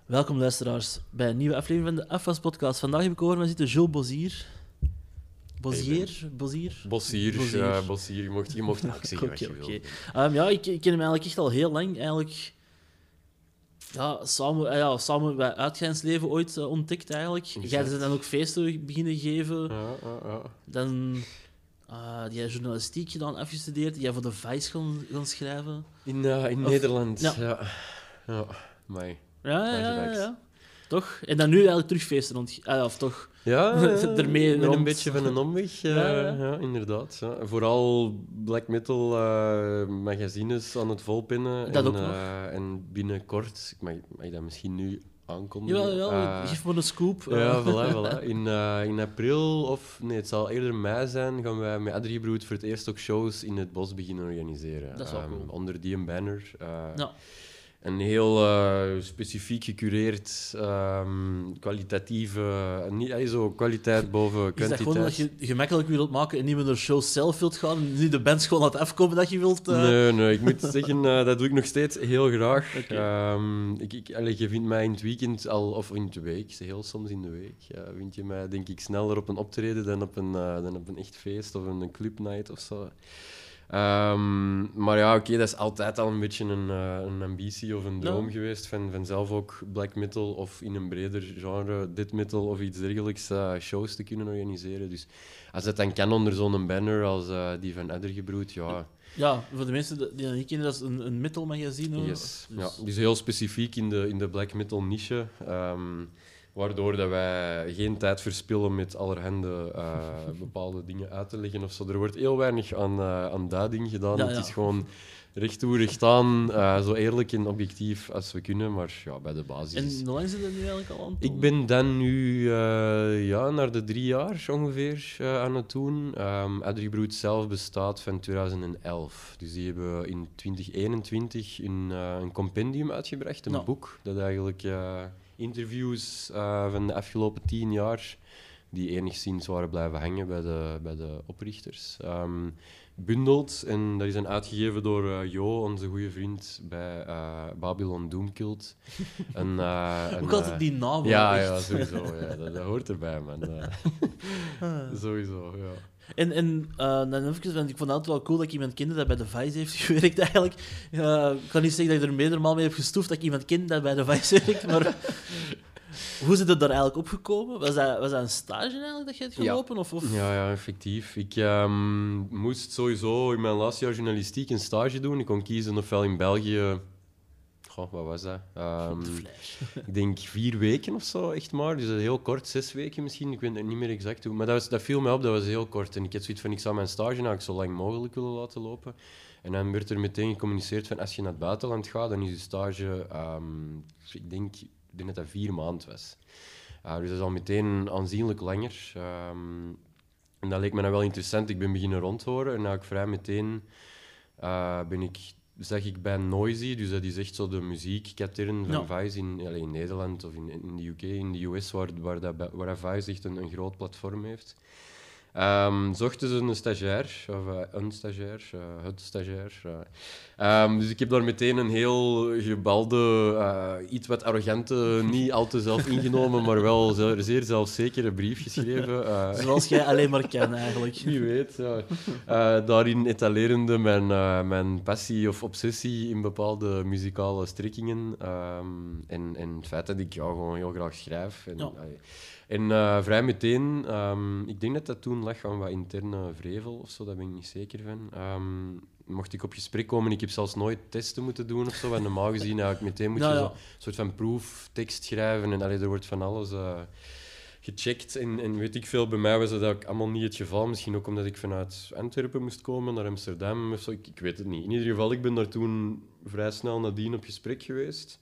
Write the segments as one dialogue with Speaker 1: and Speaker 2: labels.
Speaker 1: Welkom luisteraars bij een nieuwe aflevering van de Afwas Podcast. Vandaag heb ik over me zitten Jules Bossier. Bossier?
Speaker 2: Bossier. Je mocht ook zeggen wat je
Speaker 1: Oké.
Speaker 2: wil.
Speaker 1: Ik ken hem eigenlijk echt al heel lang. Eigenlijk, samen bij Uitgaansleven ooit ontdekt eigenlijk. Jij bent dan ook feesten beginnen geven.
Speaker 2: Ja.
Speaker 1: Dan die journalistiek gedaan, afgestudeerd. Jij voor de Vice gaan schrijven.
Speaker 2: In Nederland,
Speaker 1: ja.
Speaker 2: Ja, mij.
Speaker 1: Ja. Toch? En dan nu eigenlijk terug feesten of toch?
Speaker 2: Ja,
Speaker 1: ermee
Speaker 2: met
Speaker 1: rond.
Speaker 2: een beetje van een omweg. Ja, inderdaad. Ja. Vooral black metal magazines aan het volpinnen.
Speaker 1: Dat
Speaker 2: en,
Speaker 1: ook nog.
Speaker 2: En binnenkort, mag je dat misschien nu aankondigen?
Speaker 1: Jawel, geef me een scoop.
Speaker 2: Ja, voilà. In april, of nee, het zal eerder mei zijn, gaan wij met Adriebroed voor het eerst ook shows in het bos beginnen organiseren.
Speaker 1: Dat is wel cool.
Speaker 2: Onder die een banner.
Speaker 1: Ja.
Speaker 2: Een heel specifiek gecureerd, kwalitatieve... Niet zo kwaliteit boven
Speaker 1: Is dat
Speaker 2: kwantiteit.
Speaker 1: gewoon dat je gemakkelijk wilt maken en niet met de show zelf wilt gaan en niet de bands gewoon laten afkomen dat je wilt?
Speaker 2: Nee, ik moet zeggen, dat doe ik nog steeds heel graag.
Speaker 1: Okay.
Speaker 2: Je vindt mij in het weekend of in de week, heel soms in de week, vind je mij denk ik sneller op een optreden dan op een echt feest of een clubnight of zo. Maar ja, oké, dat is altijd al een beetje een ambitie of een droom geweest van zelf ook black metal of in een breder genre death metal of iets dergelijks shows te kunnen organiseren. Dus als dat dan kan onder zo'n banner als die van Adriebroed, ja.
Speaker 1: Ja, voor de mensen die dat niet kennen, dat is een metal magazine.
Speaker 2: Yes. Dus... Ja, dus heel specifiek in de black metal niche. Waardoor dat wij geen tijd verspillen met allerhande bepaalde dingen uit te leggen of zo. Er wordt heel weinig aan duiding gedaan.
Speaker 1: Ja.
Speaker 2: Het is gewoon recht toe, recht aan, zo eerlijk en objectief als we kunnen, maar ja, bij de basis.
Speaker 1: En hoe lang zit dat nu eigenlijk al aan het doen?
Speaker 2: Ik ben dan nu naar de 3 jaar ongeveer aan het doen. Adriebroed zelf bestaat van 2011. Dus die hebben in 2021 een compendium uitgebracht, een boek, dat eigenlijk... interviews van de afgelopen 10 jaar, die enigszins waren blijven hangen bij de oprichters, bundelt. En dat is dan uitgegeven door Jo, onze goede vriend bij Babylon Doomkilled.
Speaker 1: Hoe gaat het die naam?
Speaker 2: Ja, sowieso. Ja, dat hoort erbij, man. Sowieso, ja.
Speaker 1: En dan even, want ik vond het altijd wel cool dat ik iemand kende dat bij de Vice heeft gewerkt eigenlijk. Ik kan niet zeggen dat je er meermaal mee hebt gestoefd dat ik iemand kende dat bij de Vice werkt, maar hoe is het daar eigenlijk opgekomen? Was dat een stage eigenlijk dat je hebt gelopen?
Speaker 2: Ja.
Speaker 1: Of?
Speaker 2: Ja, effectief. Ik moest sowieso in mijn laatste jaar journalistiek een stage doen. Ik kon kiezen ofwel in België... Goh, wat was dat?
Speaker 1: De Flash.
Speaker 2: Ik denk 4 weken of zo, echt maar. Dus heel kort, 6 weken misschien. Ik weet het niet meer exact hoe. Maar dat viel me op, dat was heel kort. En ik had zoiets van, ik zou mijn stage nou zo lang mogelijk willen laten lopen. En dan werd er meteen gecommuniceerd van, als je naar het buitenland gaat, dan is je stage, ik denk dat dat 4 maanden was. Dus dat is al meteen aanzienlijk langer. En dat leek me dan wel interessant. Ik ben beginnen rondhoren en nou vrij meteen zag ik bij Noisy, dus dat is echt zo de muziekkatern van Vice in Nederland of in de UK, in de US, waar Vice echt een groot platform heeft. Zochten ze een stagiair, of een stagiair, het stagiair. Dus ik heb daar meteen een heel gebalde, iets wat arrogante, niet al te zelf ingenomen, maar wel zeer zelfzekere brief geschreven.
Speaker 1: Zoals jij alleen maar kan, eigenlijk.
Speaker 2: Wie weet, ja. Daarin etalerende mijn passie of obsessie in bepaalde muzikale strekkingen. En het feit dat ik gewoon heel graag schrijf. En vrij meteen, ik denk dat dat toen lag aan wat interne vrevel of zo, daar ben ik niet zeker van. Mocht ik op gesprek komen, ik heb zelfs nooit testen moeten doen of zo, want normaal gezien meteen moet je zo een soort van proeftekst schrijven en er wordt van alles gecheckt. En weet ik veel, bij mij was dat ook allemaal niet het geval. Misschien ook omdat ik vanuit Antwerpen moest komen naar Amsterdam of zo, ik weet het niet. In ieder geval, ik ben daar toen vrij snel nadien op gesprek geweest.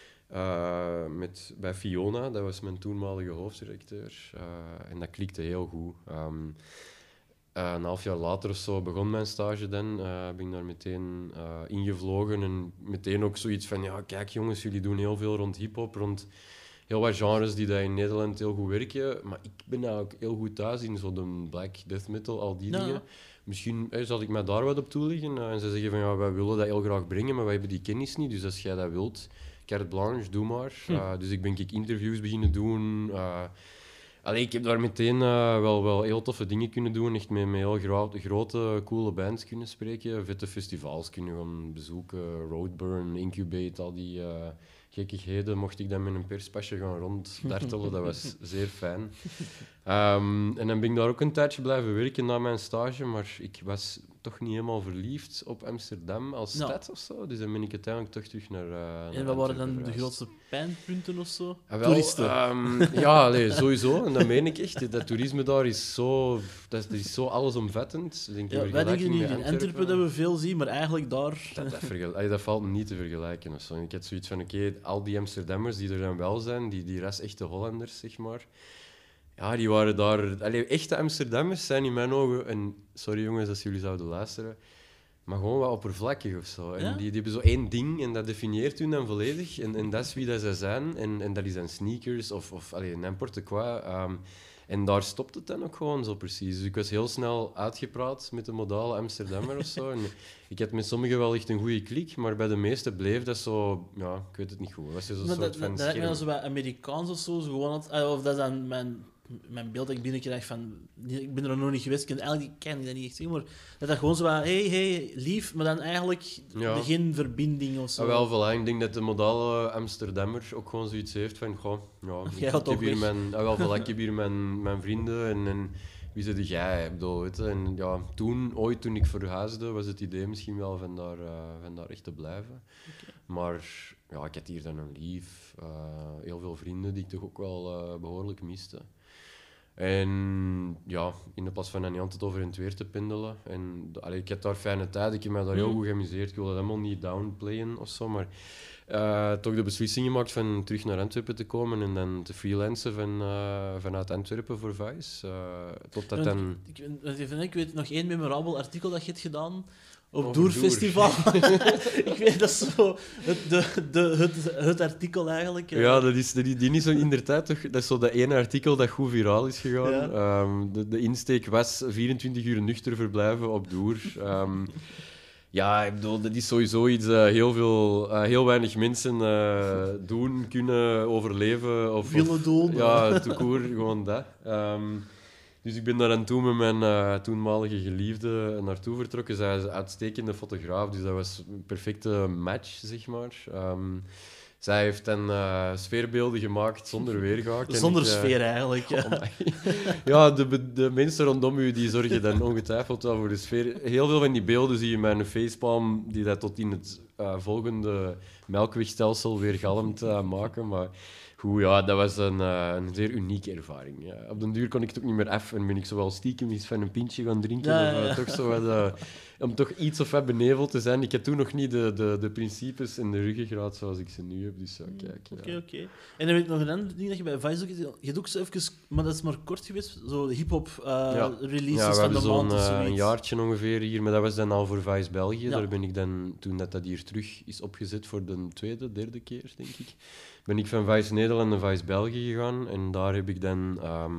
Speaker 2: Bij Fiona, dat was mijn toenmalige hoofdredacteur. En dat klikte heel goed. Een half jaar later of zo begon mijn stage dan. Ben ik daar meteen ingevlogen en meteen ook zoiets van... Ja, kijk jongens, jullie doen heel veel rond hiphop, rond heel wat genres die daar in Nederland heel goed werken. Maar ik ben nou ook heel goed thuis in zo de black death metal, al die dingen. Misschien zal ik mij daar wat op toelichten. En ze zeggen van, ja, wij willen dat heel graag brengen, maar wij hebben die kennis niet. Dus als jij dat wilt... carte blanche, doe maar. Dus ik ben interviews beginnen doen. Ik heb daar meteen wel heel toffe dingen kunnen doen. Echt met heel grote, coole bands kunnen spreken. Vette festivals kunnen gaan bezoeken. Roadburn, Incubate, al die gekkigheden. Mocht ik dan met een perspasje gaan ronddartelen. Dat was zeer fijn. En dan ben ik daar ook een tijdje blijven werken na mijn stage. Maar ik was toch niet helemaal verliefd op Amsterdam als stad of zo. Dus dan ben ik uiteindelijk toch terug naar
Speaker 1: en wat waren dan de grootste pijnpunten of zo?
Speaker 2: Toeristen. Sowieso. En dat meen ik echt. Dat toerisme daar is zo... Dat is zo allesomvattend.
Speaker 1: Wij denken niet in Antwerpen dat we veel zien, maar eigenlijk daar...
Speaker 2: Dat valt niet te vergelijken. Of zo. Ik had zoiets van, al die Amsterdammers die er dan wel zijn, die ras-echte Hollanders, zeg maar... Ja, die waren daar... Echte Amsterdammers zijn in mijn ogen... En sorry jongens als jullie zouden luisteren... Maar gewoon wat oppervlakkig of zo. En die hebben zo één ding en dat definieert hun dan volledig. En dat is wie dat zij zijn. En dat is dan sneakers of n'importe quoi. En daar stopt het dan ook gewoon zo precies. Dus ik was heel snel uitgepraat met de modale Amsterdammer of zo. En ik had met sommigen wel echt een goede klik, maar bij de meesten bleef dat zo... Ja, ik weet het niet goed. Was je zo'n soort van
Speaker 1: dat lijkt me dan zo bij Amerikaans of zo. Gewoon of dat is dan mijn beeld dat ik binnenkrijg van... Ik ben er nog niet geweest, ik kan dat niet echt zeggen, maar dat gewoon zo wat... Hey, lief, maar dan eigenlijk geen verbinding of zo.
Speaker 2: Wel, voilà. Ik denk dat de modale Amsterdammer ook gewoon zoiets heeft van... ik heb hier mijn vrienden en wie zit jij? En toen ik verhuisde, was het idee misschien wel van daar echt te blijven. Okay. Maar ik had hier dan een lief, heel veel vrienden die ik toch ook wel behoorlijk miste. En in de plaats van dan niet altijd over en het weer te pendelen. En, ik had daar fijne tijd, ik heb me daar heel goed geamuseerd. Ik wil dat helemaal niet downplayen of zo, maar toch de beslissing gemaakt van terug naar Antwerpen te komen en dan te freelancen vanuit Antwerpen voor Vice. Totdat dan...
Speaker 1: Ik weet nog één memorabel artikel dat je hebt gedaan op Doerfestival. Ik weet, dat is zo het artikel eigenlijk.
Speaker 2: Ja, dat is die niet zo in der tijd toch. Dat is zo dat ene artikel dat goed viraal is gegaan. Ja. De insteek was 24 uur nuchter verblijven op Doer. Ik bedoel, dat is sowieso iets dat heel weinig mensen kunnen overleven.
Speaker 1: Willen doen.
Speaker 2: Ja, tout court, gewoon dat. Dus ik ben daar aan toe met mijn toenmalige geliefde naartoe vertrokken. Zij is een uitstekende fotograaf, dus dat was een perfecte match, zeg maar. Zij heeft dan sfeerbeelden gemaakt zonder weerga.
Speaker 1: Zonder sfeer eigenlijk.
Speaker 2: Ja, de mensen rondom u die zorgen dan ongetwijfeld wel voor de sfeer. Heel veel van die beelden zie je in mijn facepalm, die dat tot in het volgende melkwegstelsel weer galmt maken. Maar goed, dat was een zeer unieke ervaring. Ja. Op den duur kon ik het ook niet meer af en ben ik zowel stiekem iets van een pintje gaan drinken. Toch zo wat, om toch iets of wat beneveld te zijn. Ik had toen nog niet de principes en de ruggengraat zoals ik ze nu heb. Dus kijk.
Speaker 1: Oké. En dan weet ik nog een ander ding dat je bij Vice ook... Je hebt ook zo even... Maar dat is maar kort geweest. Zo de hip-hop releases van de maand of zoiets.
Speaker 2: Een jaartje ongeveer hier. Maar dat was dan al voor Vice België. Daar ben ik dan, toen dat hier terug is opgezet voor de derde keer, denk ik, ben ik van Vice Nederland naar Vice België gegaan. En daar heb ik dan...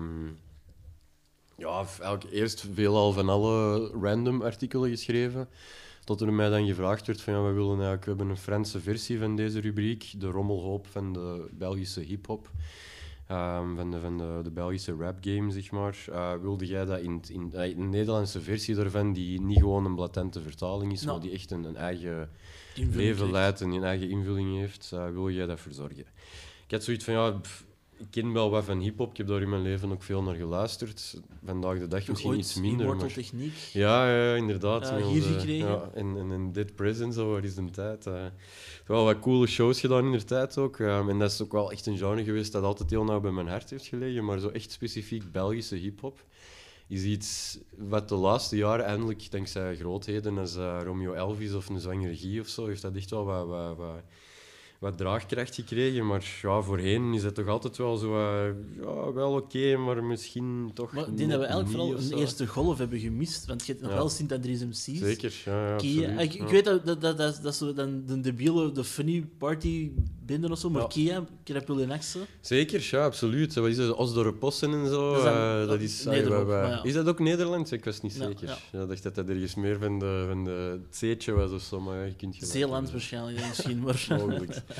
Speaker 2: eigenlijk eerst veelal van alle random artikelen geschreven. Tot er mij dan gevraagd werd van we hebben een Franse versie van deze rubriek. De rommelhoop van de Belgische hip-hop. Van de Belgische rap game, zeg maar. Wilde jij dat in een Nederlandse versie daarvan, die niet gewoon een blatante vertaling is, maar die echt een eigen leven leidt en een eigen invulling heeft, wil jij dat verzorgen? Ik had zoiets van, ik ken wel wat van hip-hop. Ik heb daar in mijn leven ook veel naar geluisterd. Vandaag de dag misschien iets minder.
Speaker 1: Immortal Techniek.
Speaker 2: Ja, inderdaad.
Speaker 1: Hier gekregen.
Speaker 2: Ja, en Dead Present, zo, waar is de tijd? Wel wat coole shows gedaan in de tijd ook. En dat is ook wel echt een genre geweest dat altijd heel nauw bij mijn hart heeft gelegen. Maar zo echt specifiek Belgische hip-hop is iets wat de laatste jaren eindelijk, dankzij grootheden als Romeo Elvis of een Zwangere Guy of zo, heeft dat echt wel wat draagkracht gekregen, maar voorheen is dat toch altijd wel zo... wel oké, maar misschien toch
Speaker 1: maar ik denk dat we eigenlijk vooral een eerste golf hebben gemist, want je hebt nog wel Sint-Andries MC's.
Speaker 2: Zeker,
Speaker 1: Kia, ik weet dat zo dan de debiele, de funny party binden of zo, maar Kia, Krapul en Axe.
Speaker 2: Zeker, ja, absoluut. Wat is dat, Osdorp Posten en zo? Dat is
Speaker 1: Nederland.
Speaker 2: Is dat ook Nederlands? Ik was niet zeker. Ik dacht dat ergens meer van de Zeetje was of zo, maar je kunt
Speaker 1: Zeeland waarschijnlijk, misschien, maar...
Speaker 2: Mogelijk.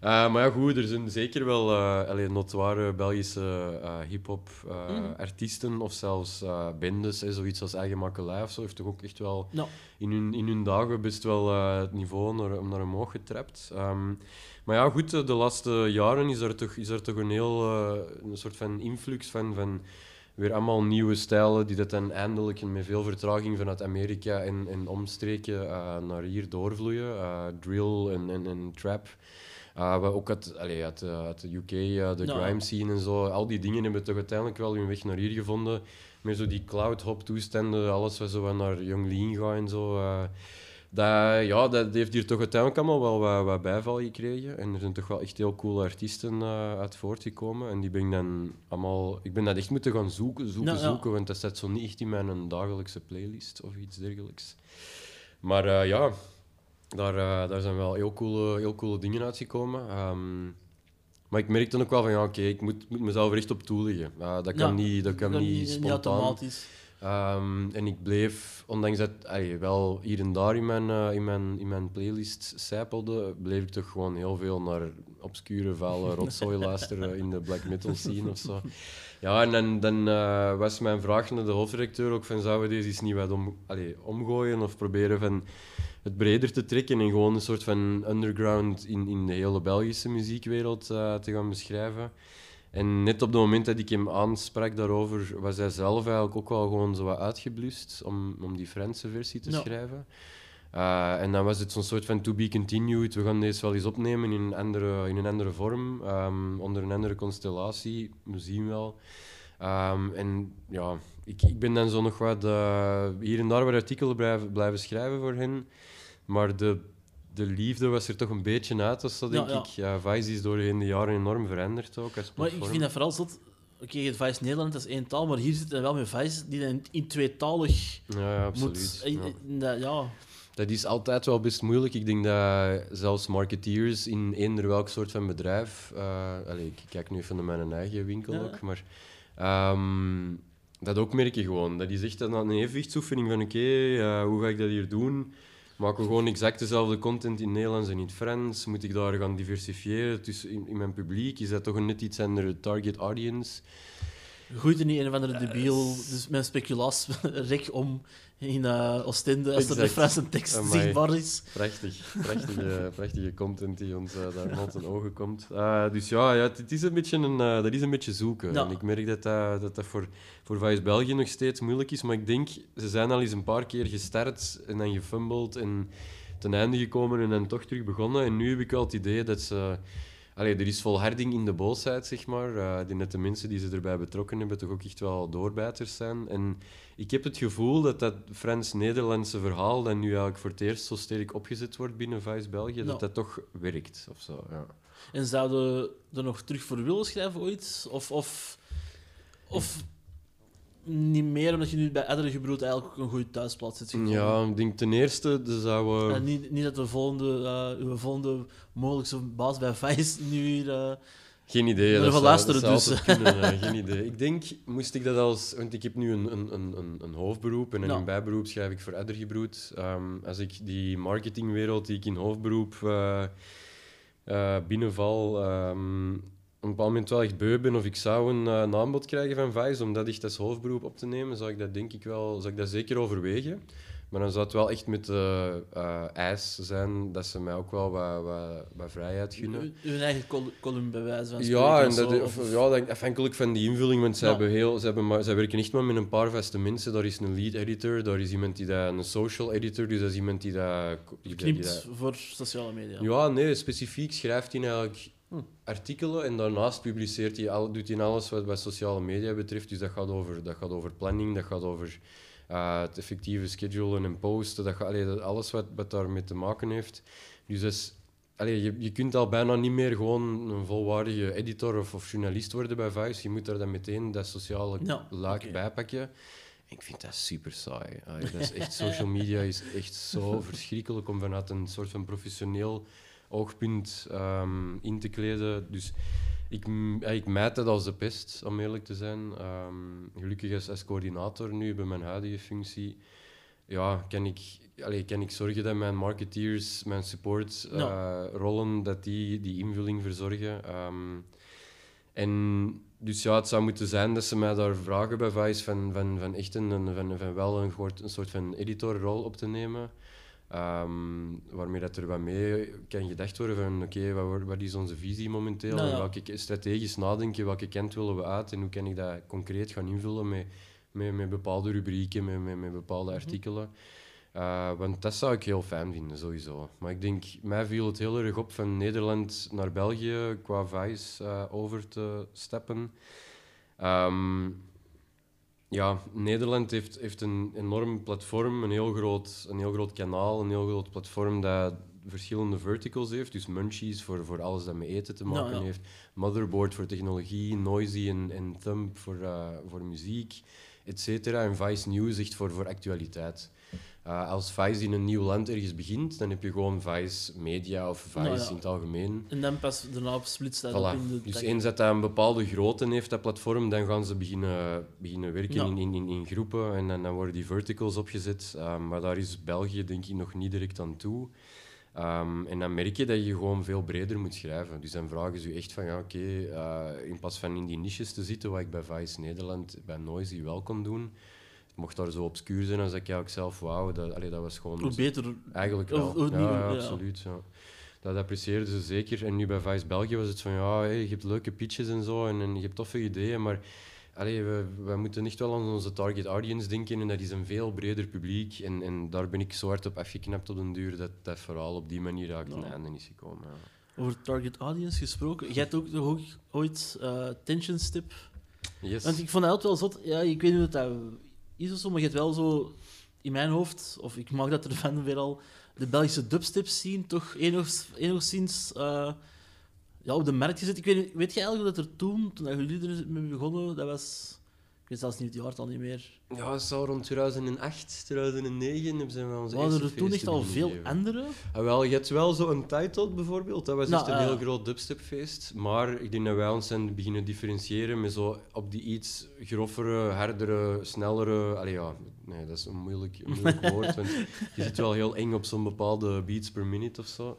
Speaker 2: Maar ja, goed, er zijn zeker wel notoire Belgische hip-hop artiesten of zelfs bendes, zoiets als Eigen Makelij of zo, heeft toch ook echt wel in hun dagen best wel het niveau naar omhoog getrapt. Maar ja, goed, de laatste jaren is er toch een soort van influx van weer allemaal nieuwe stijlen die dat dan eindelijk met veel vertraging vanuit Amerika en omstreken naar hier doorvloeien. Drill en trap. Wat ook uit de UK, de grime scene en zo. Al die dingen hebben toch uiteindelijk wel hun weg naar hier gevonden. Met zo die cloud-hop-toestanden, alles wat zo naar Young Lean gaat en zo. Dat heeft hier toch uiteindelijk allemaal wel wat bijval gekregen. En er zijn toch wel echt heel coole artiesten uit voortgekomen. En die ben ik dan allemaal... Ik ben dat echt moeten gaan zoeken, want dat staat zo niet echt in mijn dagelijkse playlist of iets dergelijks. Maar daar zijn wel heel coole dingen uitgekomen. Maar ik merk dan ook wel van, oké, ik moet mezelf er echt op toeleggen. Dat kan niet spontaan.
Speaker 1: Niet automatisch.
Speaker 2: En ik bleef, ondanks dat wel hier en daar in mijn playlist sijpelde, bleef ik toch gewoon heel veel naar obscure, vuile rotzooi luisteren in de black metal scene of zo. Ja, en dan was mijn vraag naar de hoofdredacteur ook van, zouden we deze eens niet wat omgooien of proberen van het breder te trekken en gewoon een soort van underground in de hele Belgische muziekwereld te gaan beschrijven. En net op het moment dat ik hem aansprak daarover, was hij zelf eigenlijk ook wel gewoon zo wat uitgeblust om die Franse versie te schrijven. En dan was het zo'n soort van to be continued. We gaan deze wel eens opnemen in een andere vorm, onder een andere constellatie. We zien wel. En ja, ik ben dan zo nog wat hier en daar wat artikelen blijven schrijven voor hen. Maar de liefde was er toch een beetje uit, of zo, denk ik. Ja, Vice is doorheen de jaren enorm veranderd ook. Als
Speaker 1: maar ik vind dat vooral zot. Oké, het Vice Nederland dat is één taal, maar hier zit er wel met Vice die dan in tweetalig
Speaker 2: absoluut.
Speaker 1: moet.
Speaker 2: Dat is altijd wel best moeilijk. Ik denk dat zelfs marketeers in eender welk soort van bedrijf... ik kijk nu even naar mijn eigen winkel ook, maar... dat ook merk je gewoon. Dat is echt een evenwichtsoefening van hoe ga ik dat hier doen? Maken we gewoon exact dezelfde content in Nederlands en in het Frans? Moet ik daar gaan diversifiëren in mijn publiek? Is dat toch een net iets andere target audience?
Speaker 1: Groeit er niet een of andere debiel, dus mijn speculaasrek om in Oostende, als er de Franse tekst zichtbaar is.
Speaker 2: Prachtige content die ons daar naar ten ogen komt. Dus het is een beetje zoeken. Ja. En ik merk dat voor Vice België nog steeds moeilijk is, maar ik denk, ze zijn al eens een paar keer gestart en dan gefumbled en ten einde gekomen en dan toch terug begonnen. En nu heb ik wel het idee dat ze... er is volharding in de boosheid, zeg maar. De mensen die ze erbij betrokken hebben, toch ook echt wel doorbijters zijn. En ik heb het gevoel dat Frans-Nederlandse verhaal, dat nu eigenlijk voor het eerst zo sterk opgezet wordt binnen Vice België, dat toch werkt. Of zo, ja.
Speaker 1: En zouden er nog terug voor willen schrijven ooit? Of niet meer, omdat je nu bij Addergebroed eigenlijk ook een goede thuisplaats zit gevonden?
Speaker 2: Ja, ik denk ten eerste zouden we...
Speaker 1: Niet dat uw volgende mogelijkse baas bij Vice nu hier...
Speaker 2: Geen idee.
Speaker 1: Dat luisteren dus.
Speaker 2: Kunnen, geen idee. Ik denk, moest ik dat want ik heb nu een hoofdberoep en in bijberoep schrijf ik voor Addergebroed. Als ik die marketingwereld die ik in hoofdberoep binnenval... op een bepaald moment wel echt beu ben of ik zou een aanbod krijgen van Vice om dat echt als hoofdberoep op te nemen, zou ik dat zeker overwegen. Maar dan zou het wel echt met eis zijn dat ze mij ook wel wat vrijheid gunnen.
Speaker 1: Hun eigen column bij wijze van spreken.
Speaker 2: Ja, afhankelijk van die invulling, want zij werken echt maar met een paar vaste mensen. Daar is een lead editor, daar is iemand die een social editor, dus dat is iemand die dat...
Speaker 1: Knipt voor sociale media.
Speaker 2: Ja, nee, specifiek schrijft hij eigenlijk... artikelen en daarnaast doet hij alles wat sociale media betreft. Dus dat gaat over planning, dat gaat over het effectieve schedulen en posten, alles wat daarmee te maken heeft. Dus je kunt al bijna niet meer gewoon een volwaardige editor of journalist worden bij Vice. Je moet daar dan meteen dat sociale laag bij pakken. Ik vind dat super saai. Dat is echt, social media is echt zo verschrikkelijk om vanuit een soort van professioneel oogpunt in te kleden. Dus ik mijd dat als de pest, om eerlijk te zijn. Gelukkig als coördinator nu bij mijn huidige functie kan ik zorgen dat mijn marketeers, mijn support rollen, dat die invulling verzorgen. En dus ja, het zou moeten zijn dat ze mij daar vragen bij Vice van echt van wel een soort van editorrol op te nemen. Waarmee dat er wat mee kan gedacht worden van oké, wat is onze visie momenteel? En welke strategisch nadenken, welke kant willen we uit en hoe kan ik dat concreet gaan invullen met bepaalde rubrieken, met bepaalde artikelen. Want dat zou ik heel fijn vinden, sowieso. Maar ik denk, mij viel het heel erg op van Nederland naar België qua Vice over te stappen. Nederland heeft een enorm platform, een heel groot kanaal, een heel groot platform dat verschillende verticals heeft. Dus Munchies voor alles dat met eten te maken heeft. Motherboard voor technologie, Noisy en Thumb voor muziek, etc. En Vice News echt voor actualiteit. Als Vice in een nieuw land ergens begint, dan heb je gewoon Vice Media of Vice in het algemeen.
Speaker 1: En dan pas daarna splitst dat
Speaker 2: op in de dus eens dat een bepaalde grootte heeft, dat platform, dan gaan ze beginnen werken in groepen en dan worden die verticals opgezet. Maar daar is België denk ik nog niet direct aan toe. En dan merk je dat je gewoon veel breder moet schrijven. Dus dan vragen ze je echt van, in plaats van in die niches te zitten, wat ik bij Vice Nederland, bij Noisy wel kon doen, mocht daar zo obscuur zijn als ik ook zelf wauw, dat was gewoon...
Speaker 1: Hoe beter...
Speaker 2: Eigenlijk wel. Absoluut. Ja. Dat apprecieerden ze zeker. En nu bij Vice België was het van, je hebt leuke pitches en zo, en je hebt toffe ideeën, maar we moeten echt wel aan onze target audience denken, en dat is een veel breder publiek. En daar ben ik zo hard op afgeknapt op den duur, dat vooral op die manier ten einde is gekomen. Ja.
Speaker 1: Over target audience gesproken, jij hebt ook ooit Tension Stip.
Speaker 2: Yes.
Speaker 1: Want ik vond dat altijd wel zot. Ja, ik weet niet of dat is of zo, maar je hebt wel zo in mijn hoofd, of ik mag dat ervan weer al, de Belgische dubsteps zien, toch enigszins op de markt gezet. Weet je eigenlijk dat er toen jullie ermee begonnen, dat was... Ik weet zelfs niet het jaartal niet meer.
Speaker 2: Ja, het zou rond 2008, 2009 zijn we onze
Speaker 1: waren er toen echt al veel andere?
Speaker 2: Wel, je hebt wel zo een Titled bijvoorbeeld. Dat was echt een heel groot dubstepfeest. Maar ik denk dat wij ons zijn beginnen differentiëren met zo op die iets grovere, hardere, snellere... Nee, dat is een moeilijk woord. Want je zit wel heel eng op zo'n bepaalde beats per minute of zo.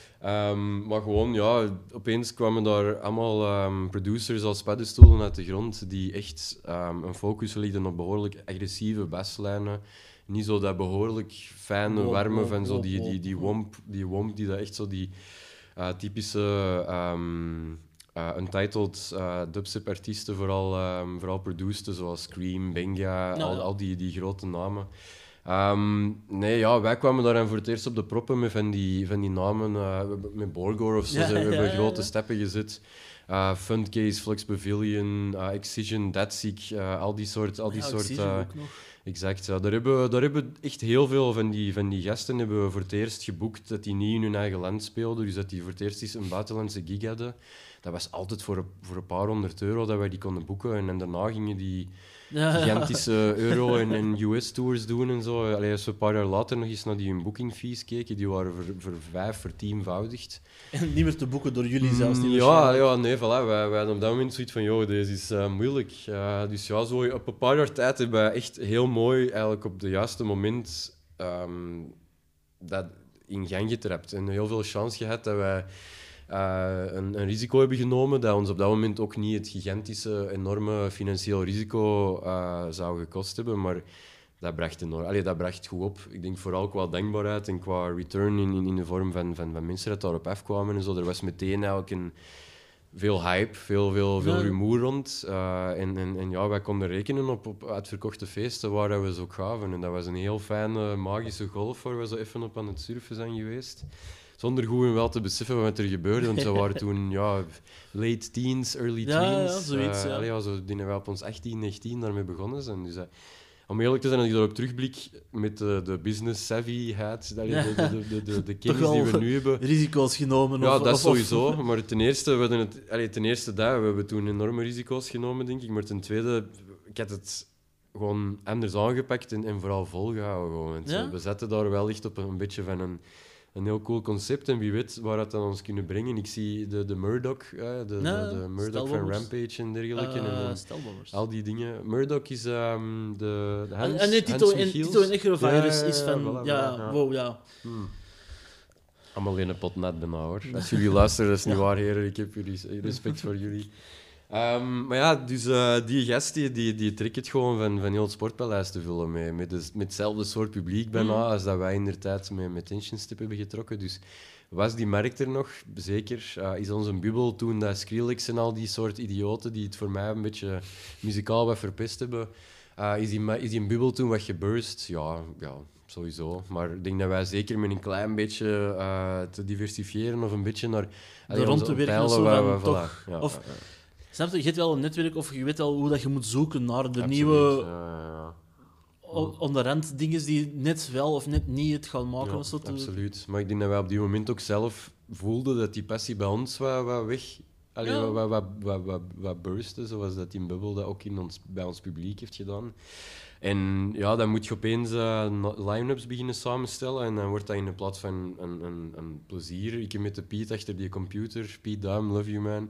Speaker 2: Maar gewoon, opeens kwamen daar allemaal producers als paddenstoelen uit de grond die echt een focus legden op behoorlijk agressieve baslijnen. Niet zo dat behoorlijk fijne, warme van zo die womp die dat echt zo die typische untitled dubstep-artiesten vooral producten, zoals Scream, Benga, al die grote namen. Wij kwamen daar voor het eerst op de proppen met van die namen, met Borgor of zo. We hebben grote stappen gezet. Fundcase, Flux Pavilion, Excision, Datseek, al die soort...
Speaker 1: ook nog.
Speaker 2: Exact, ja. Daar hebben echt heel veel van die gasten hebben we voor het eerst geboekt dat die niet in hun eigen land speelden, dus dat die voor het eerst eens een buitenlandse gig hadden. Dat was altijd voor een paar €100 dat wij die konden boeken en daarna gingen die gigantische euro- en US-tours doen en zo. Als we een paar jaar later nog eens naar die hun booking fees keken, die waren voor 10-voudigd.
Speaker 1: En niet meer te boeken door jullie zelfs niet.
Speaker 2: Nee, voilà. Wij hadden op dat moment zoiets van, deze is moeilijk. Dus zo op een paar jaar tijd hebben wij echt heel mooi, eigenlijk op het juiste moment, dat in gang getrapt. En heel veel chance gehad dat wij een risico hebben genomen dat ons op dat moment ook niet het gigantische, enorme financieel risico zou gekost hebben, maar dat bracht goed op. Ik denk vooral qua dankbaarheid en qua return in de vorm van mensen dat daarop afkwamen en zo. Er was meteen eigenlijk veel hype, veel rumoer rond. Wij konden rekenen op uitverkochte feesten waar we zo ook gaven. En dat was een heel fijne, magische golf waar we zo even op aan het surfen zijn geweest. Zonder goed en wel te beseffen wat er gebeurde, want we waren toen late teens, early teens.
Speaker 1: Ja, zoiets,
Speaker 2: zo dienen wij op ons 18, 19 daarmee begonnen zijn. Dus, om eerlijk te zijn, als ik daarop terugblik met de business savvyheid, de kennis die we nu hebben...
Speaker 1: Risico's genomen.
Speaker 2: Dat sowieso. Maar ten eerste, we hebben toen enorme risico's genomen, denk ik. Maar ten tweede, ik had het gewoon anders aangepakt en vooral volgehouden. Gewoon. We zetten daar wel echt op een beetje van een heel cool concept. En wie weet waar dat dan ons kunnen brengen. Ik zie de Murdoch, de Murdoch van Rampage en dergelijke. En al die dingen. Murdoch is de Hans,
Speaker 1: en nee, Tito en Egrovirus is van... Wow.
Speaker 2: Allemaal in een pot nat bijna, hoor. Als jullie luisteren, dat is niet waar, heren. Ik heb jullie respect voor jullie. Maar ja, dus die gast die trekt het gewoon van heel het Sportpaleis te vullen met hetzelfde soort publiek bijna als dat wij inderdaad met Tension Step hebben getrokken. Dus was die markt er nog? Zeker. Is onze bubbel toen dat Skrillex en al die soort idioten die het voor mij een beetje muzikaal wat verpest hebben, is die bubbel toen wat geburst? Ja, sowieso. Maar ik denk dat wij zeker met een klein beetje te diversifiëren of een beetje naar...
Speaker 1: rond te werken of zo dan toch...
Speaker 2: Ja,
Speaker 1: of, snap je? Je hebt wel een netwerk of je weet wel hoe dat je moet zoeken naar de nieuwe onderhand dingen die net wel of net niet het gaan maken. Of zo
Speaker 2: absoluut. Maar ik denk dat wij op die moment ook zelf voelden dat die passie bij ons wat weg... wat burstte, zoals dat in Bubble dat ook bij ons publiek heeft gedaan. En ja, dan moet je opeens line-ups beginnen samenstellen en dan wordt dat in plaats van een plezier. Ik heb met de Piet achter die computer, Piet Duim, love you man.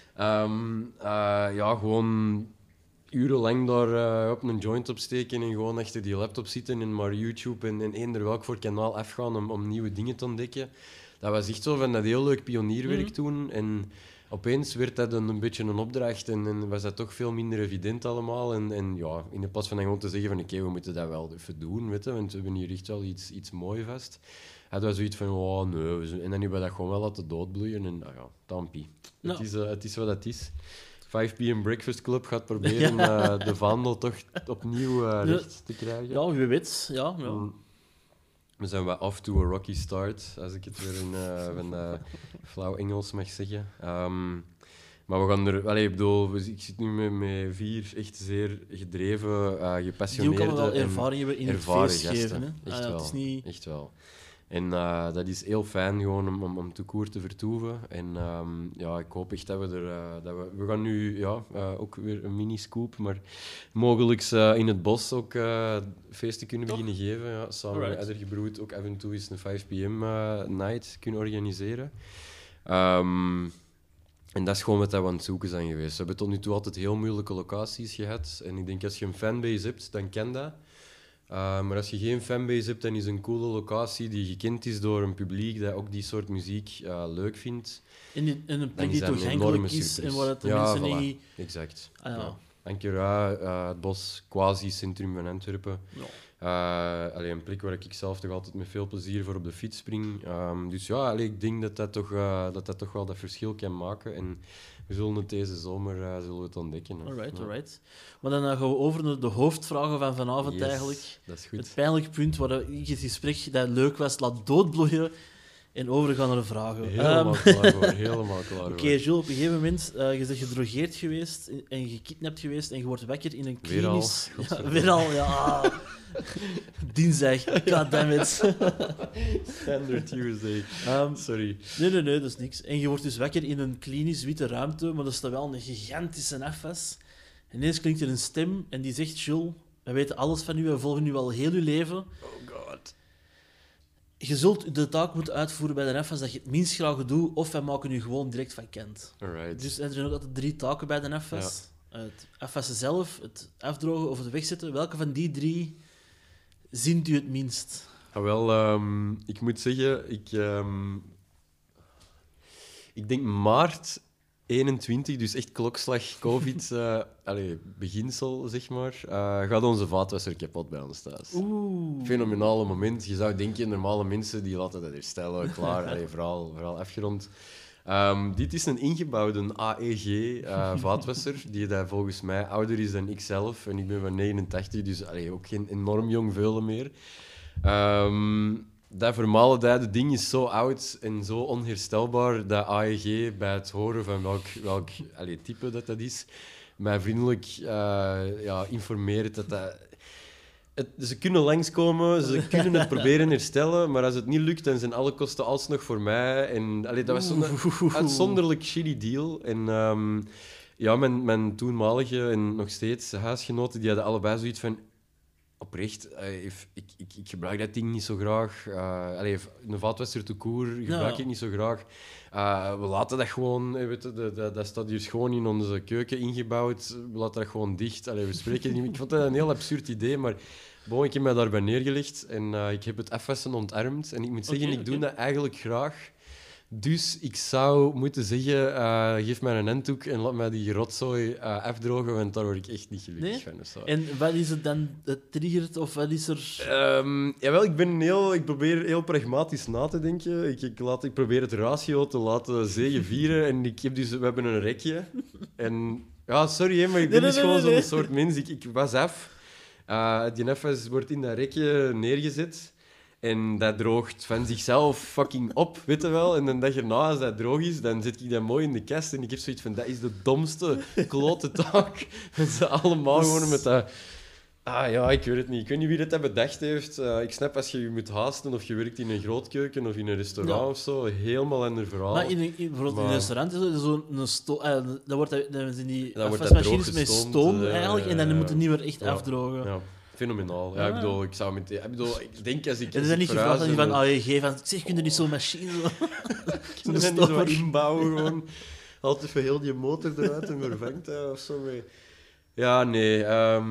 Speaker 2: Gewoon urenlang daar op een joint opsteken en gewoon achter die laptop zitten en maar YouTube en eender welk voor kanaal afgaan om nieuwe dingen te ontdekken. Dat was echt zo van dat heel leuk pionierwerk toen. En opeens werd dat een beetje een opdracht en was dat toch veel minder evident allemaal. En ja, in plaats van dan gewoon te zeggen van oké, we moeten dat wel even doen, weet je, want we hebben hier echt wel iets moois vast. Hadden we zoiets van, nee. En dan hebben we dat gewoon wel laten doodbloeien en tampie. No. Het is wat het is. 5 p.m. Breakfast Club gaat proberen de vaandel toch opnieuw recht te krijgen.
Speaker 1: Ja, wie weet. Ja.
Speaker 2: We zijn wel off to a rocky start, als ik het weer van flauw Engels mag zeggen. Maar we gaan er... ik zit nu met 4 echt zeer gedreven, gepassioneerde...
Speaker 1: Die ook allemaal wel ervaring hebben in het feest geven. Hè?
Speaker 2: Echt wel. Het is niet... Echt wel. En dat is heel fijn gewoon om te koer te vertoeven. En ik hoop echt dat we gaan nu ook weer een mini-scoop, maar mogelijk in het bos ook feesten kunnen beginnen geven. Ja, samen met Addergebroed ook af en toe eens een 5 p.m. night kunnen organiseren. En dat is gewoon wat we aan het zoeken zijn geweest. We hebben tot nu toe altijd heel moeilijke locaties gehad. En ik denk als je een fanbase hebt, dan kan dat. Maar als je geen fanbase hebt, dan is een coole locatie die gekend is door een publiek dat ook die soort muziek leuk vindt.
Speaker 1: En een plek die toegankelijk is en waar het de mensen niet...
Speaker 2: Exact. Ankara, het bos, quasi-centrum van Antwerpen. Ja. Een plek waar ik zelf toch altijd met veel plezier voor op de fiets spring. Dus ik denk dat toch wel dat verschil kan maken. En we zullen het deze zomer ontdekken.
Speaker 1: Alright. Maar dan gaan we over naar de hoofdvragen van vanavond eigenlijk.
Speaker 2: Dat is goed.
Speaker 1: Het pijnlijke punt waar ik het gesprek dat leuk was laat doodbloeien en overgaan naar de vragen.
Speaker 2: Helemaal klaar voor.
Speaker 1: Oké, Jules, op een gegeven moment, je bent gedrogeerd geweest en gekidnapt geweest en je wordt wakker in een klinisch... Weer al, ja. Dinsdag, goddammit.
Speaker 2: Standard Tuesday. Sorry.
Speaker 1: Nee, dat is niks. En je wordt dus wakker in een klinisch witte ruimte, maar er staat wel een gigantische afwas. En ineens klinkt er een stem en die zegt, Jules, we weten alles van u, we volgen u al heel uw leven.
Speaker 2: Oh god.
Speaker 1: Je zult de taak moeten uitvoeren bij de FS dat je het minst graag doet, of wij maken u gewoon direct vakant.
Speaker 2: Alright.
Speaker 1: Dus er zijn ook altijd 3 taken bij de FS. Ja. Het afwassen zelf, het afdrogen of het wegzetten. Welke van die 3 zint u het minst?
Speaker 2: Ik moet zeggen, ik denk maart 21, dus echt klokslag COVID, beginsel, zeg maar, gaat onze vaatwasser kapot bij ons thuis. Fenomenale moment. Je zou denken, normale mensen die laten dat herstellen, klaar, vooral afgerond. Dit is een ingebouwde AEG-vaatwasser, die dat volgens mij ouder is dan ikzelf. En ik ben van 89, dus ook geen enorm jong veulen meer. Dat vermalendijde ding is zo oud en zo onherstelbaar dat AEG bij het horen van welk type dat is, mij vriendelijk informeert dat... Ze kunnen langskomen, ze kunnen het proberen herstellen, maar als het niet lukt, dan zijn alle kosten alsnog voor mij. En dat was zo'n uitzonderlijk shitty deal. En mijn toenmalige en nog steeds huisgenoten, die hadden allebei zoiets van... oprecht, ik gebruik dat ding niet zo graag. Een vaatwasser tout court gebruik ik niet zo graag. We laten dat gewoon, weet je, dat staat hier gewoon in onze keuken ingebouwd. We laten dat gewoon dicht. We spreken niet. Ik vond dat een heel absurd idee, maar bon, ik heb mij daarbij neergelegd en ik heb het afwassen ontarmd. En ik moet zeggen, ik doe dat eigenlijk graag. Dus ik zou moeten zeggen, geef mij een handdoek en laat mij die rotzooi afdrogen, want daar word ik echt niet gelukkig van. Of zo.
Speaker 1: En wat is het dan dat triggert, of wat is er...
Speaker 2: Jawel, ik probeer heel pragmatisch na te denken. Ik probeer het ratio te laten zegevieren en we hebben een rekje. En ja, sorry, maar ik ben dus gewoon zo'n soort mens. Ik was af. Die afwas wordt in dat rekje neergezet. En dat droogt van zichzelf fucking op, weet je wel. En de dag erna, als dat droog is, dan zet ik dat mooi in de kast. En ik heb zoiets van, dat is de domste klote taak. En ze allemaal gewoon met dat... ja, ik weet het niet. Ik weet niet wie dat bedacht heeft. Ik snap als je moet haasten of je werkt in een grootkeuken of in een restaurant of zo. Helemaal ander verhaal.
Speaker 1: Maar bijvoorbeeld in een restaurant is er zo'n stoom... dan wordt dat in die
Speaker 2: dan
Speaker 1: afwasmachines met stoom eigenlijk. En dan moet het niet meer echt afdrogen.
Speaker 2: Ja. Fenomenaal. Ja, ik denk als ik...
Speaker 1: En er zijn niet gevraagd van AEG van... Zeg, kun je niet zo'n machine zo...
Speaker 2: Kunnen ze niet zo inbouwen gewoon? Haalt even heel die motor eruit en vervangt dat of zo mee. Ja, nee.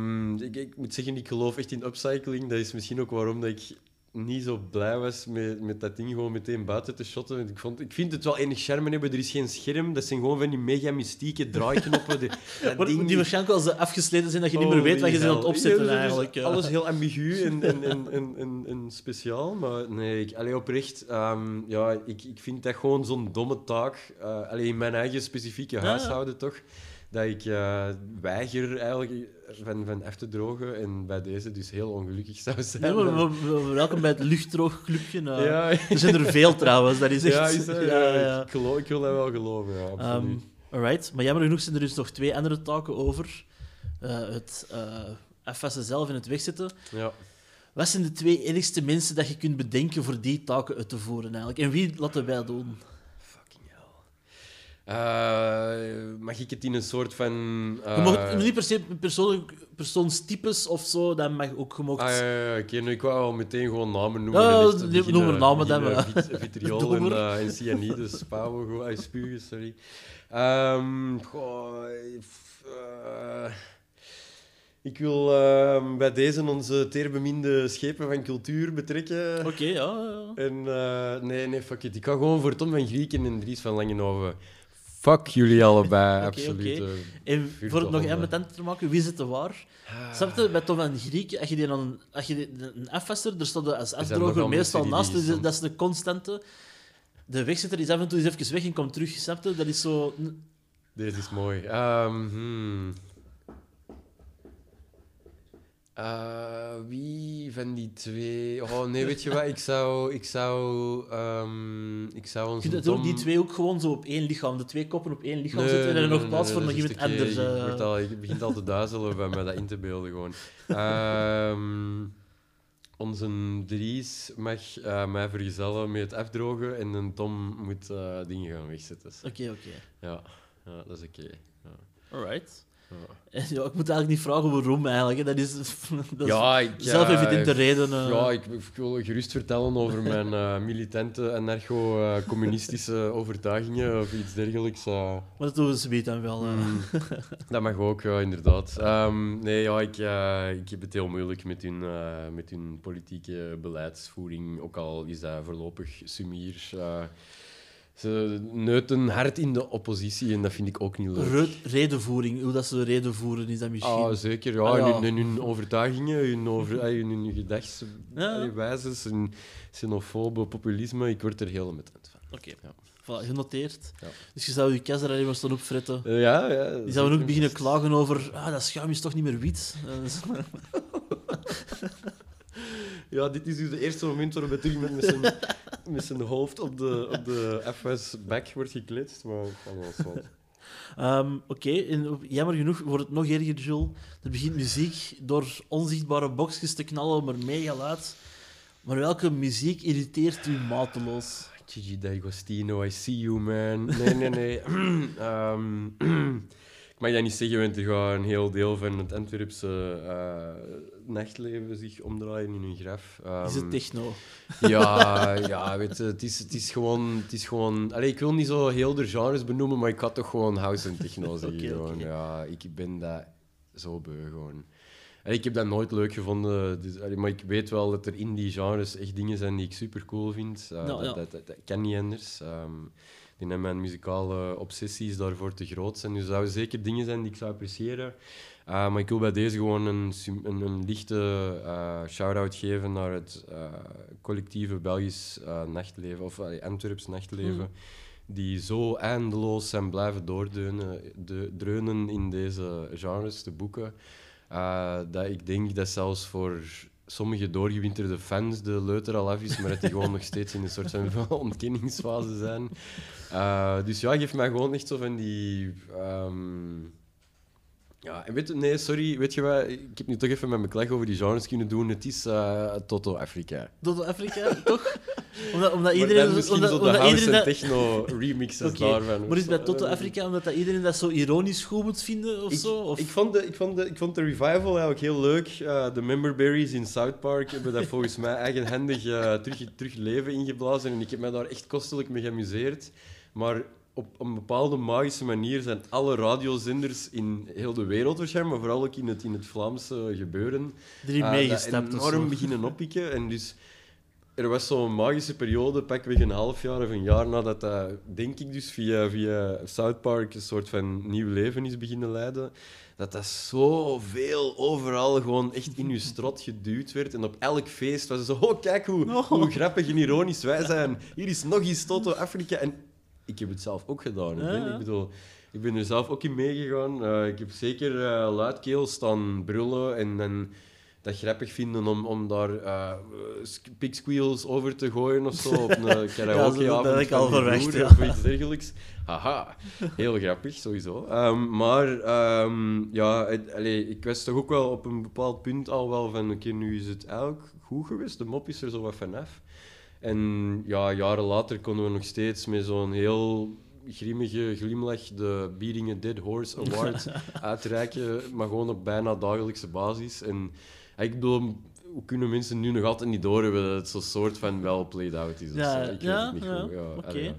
Speaker 2: Ik moet zeggen, ik geloof echt in upcycling. Dat is misschien ook waarom dat ik niet zo blij was met dat ding gewoon meteen buiten te shotten. Ik vind het wel enig charme hebben. Er is geen scherm. Dat zijn gewoon van die mega mystieke draaiknoppen.
Speaker 1: Die waarschijnlijk wel afgesleten zijn dat je niet meer weet wat je ze aan het opzetten eigenlijk.
Speaker 2: Alles heel ambigu en speciaal. Maar nee, oprecht. Ik vind dat gewoon zo'n domme taak. In mijn eigen specifieke huishouden toch. Dat ik weiger eigenlijk van af te drogen en bij deze dus heel ongelukkig zou zijn.
Speaker 1: Ja, maar welkom bij het luchtdroogclubje. Er zijn er veel trouwens, dat is echt...
Speaker 2: Ik wil dat wel geloven, ja, absoluut.
Speaker 1: Alright, maar jammer genoeg zijn er dus nog 2 andere taken over. Het afwassen zelf en het wegzetten.
Speaker 2: Ja.
Speaker 1: Wat zijn de 2 enigste mensen dat je kunt bedenken voor die taken uit te voeren eigenlijk? En wie laten wij doen?
Speaker 2: Mag ik het in een soort van...
Speaker 1: Je mag niet per se persoonstypes of zo, dat mag ook gemocht.
Speaker 2: Ik wou al meteen gewoon namen noemen.
Speaker 1: Noem maar namen dan.
Speaker 2: Vitriol en cyanide, spugen, sorry. Ik wil bij deze onze teerbeminde schepen van cultuur betrekken.
Speaker 1: Oké, ja.
Speaker 2: En nee, fuck it. Ik ga gewoon voor Tom van Grieken en Dries van Langenhoven. Fuck jullie allebei, absoluut.
Speaker 1: Okay. En voor het nog ambetant te maken, wie zit er waar? Snap je, bij Tom van Grieken, als je een afwasser, er staat als afdroger meestal naast, dat is de constante. De wegzetter is af en toe eens even weg en komt terug, snap je? Dat is zo...
Speaker 2: Deze is mooi. Wie van die 2? Oh nee, weet je wat? Ik zou ons.
Speaker 1: Je kunt die 2 ook gewoon zo op 1 lichaam, de 2 koppen op 1 lichaam zetten en er nog plaats voor nog iemand anders.
Speaker 2: Je begint al te duizelen bij mij dat in te beelden gewoon. Onze Dries mag mij vergezellen met het afdrogen en een Tom moet dingen gaan wegzetten.
Speaker 1: Oké.
Speaker 2: Ja, dat is oké. Ja.
Speaker 1: Alright. Ja. Ja, ik moet eigenlijk niet vragen waarom eigenlijk. Dat is
Speaker 2: zelf-evidente
Speaker 1: redenen.
Speaker 2: Ja, ik wil gerust vertellen over mijn militante anarcho-communistische overtuigingen of iets dergelijks.
Speaker 1: Maar dat doen we zometeen dan wel.
Speaker 2: Dat mag ook, ja, inderdaad. Ik heb het heel moeilijk met hun politieke beleidsvoering, ook al is dat voorlopig sumier. Ze neuten hard in de oppositie en dat vind ik ook niet leuk.
Speaker 1: Redenvoering, hoe dat ze reden voeren, is dat misschien...
Speaker 2: Zeker, ja. En hun overtuigingen, hun gedachtswijzes, hun xenofobe populisme, ik word er helemaal met van.
Speaker 1: Oké. Ja. Voilà, genoteerd. Ja. Dus je zou je kast er alleen maar staan opfretten.
Speaker 2: Ja.
Speaker 1: Die zouden ook beginnen klagen over... dat schuim is toch niet meer wit?
Speaker 2: Ja, dit is dus het eerste moment waarop hij terug met zijn hoofd op de FS-back wordt gekletst. Maar
Speaker 1: Oké, en jammer genoeg wordt het nog erger, Jules. Er begint muziek door onzichtbare boxjes te knallen, maar mega luid. Maar welke muziek irriteert u mateloos?
Speaker 2: Gigi D'Agostino, I see you, man. Nee. Ik mag dat niet zeggen, want er gaat een heel deel van het Antwerpse nachtleven zich omdraaien in hun graf.
Speaker 1: Is het techno?
Speaker 2: Ja, weet je, het is gewoon... Allee, ik wil niet zo heel de genres benoemen, maar ik ga toch gewoon house en techno zeggen.
Speaker 1: Oké.
Speaker 2: Ja, ik ben dat zo beu gewoon. Allee, ik heb dat nooit leuk gevonden, dus, maar ik weet wel dat er in die genres echt dingen zijn die ik super cool vind. Dat kan niet anders. Ik denk dat mijn muzikale obsessies daarvoor te groot zijn. Dus er zouden zeker dingen zijn die ik zou appreciëren. Maar ik wil bij deze gewoon een lichte shout-out geven naar het collectieve Belgisch nachtleven, of Antwerps nachtleven, die zo eindeloos zijn blijven dreunen in deze genres te boeken, dat ik denk dat zelfs voor sommige doorgewinterde fans de leuter al af is, maar dat die gewoon nog steeds in een soort van ontkenningsfase zijn. Dus ja, geef mij gewoon echt zo van die... Ja, en weet je wat? Ik heb nu toch even met mijn klag over die genres kunnen doen. Het is Toto Africa.
Speaker 1: Toto Africa, toch? Omdat
Speaker 2: Maar
Speaker 1: iedereen...
Speaker 2: dan misschien zo de house en techno remixes daarvan.
Speaker 1: Maar is bij Toto Africa omdat dat iedereen dat zo ironisch goed moet vinden of zo? Of?
Speaker 2: Ik vond de revival eigenlijk heel leuk. De Memberberries in South Park hebben dat volgens mij eigenhandig terug leven ingeblazen. En ik heb mij daar echt kostelijk mee geamuseerd. Maar op een bepaalde magische manier zijn alle radiozenders in heel de wereld waarschijnlijk, maar vooral ook in het Vlaamse gebeuren,
Speaker 1: meegestapt
Speaker 2: enorm beginnen oppikken. En dus er was zo'n magische periode, pakweg een half jaar of een jaar nadat dat, denk ik dus, via South Park een soort van nieuw leven is beginnen leiden, dat zoveel overal gewoon echt in je strot geduwd werd. En op elk feest was het zo, oh, kijk hoe grappig en ironisch wij zijn. Hier is nog eens Toto Africa. En ik heb het zelf ook gedaan. Ik ben er zelf ook in meegegaan. Ik heb zeker luidkeels staan brullen en dat grappig vinden om daar pig squeals over te gooien of zo op een karaokeavond.
Speaker 1: Dat heb ik al verwacht, ja.
Speaker 2: Of iets dergelijks. Haha, heel grappig, sowieso. Ik was toch ook wel op een bepaald punt al wel van, oké, nu is het eigenlijk goed geweest. De mop is er zo wat vanaf. En ja, jaren later konden we nog steeds met zo'n heel grimmige glimlach de Beating a Dead Horse Award uitreiken, maar gewoon op bijna dagelijkse basis. En ik bedoel, hoe kunnen mensen nu nog altijd niet doorhebben dat het zo'n soort van wel played out is? Ik weet het niet goed.
Speaker 1: Oké.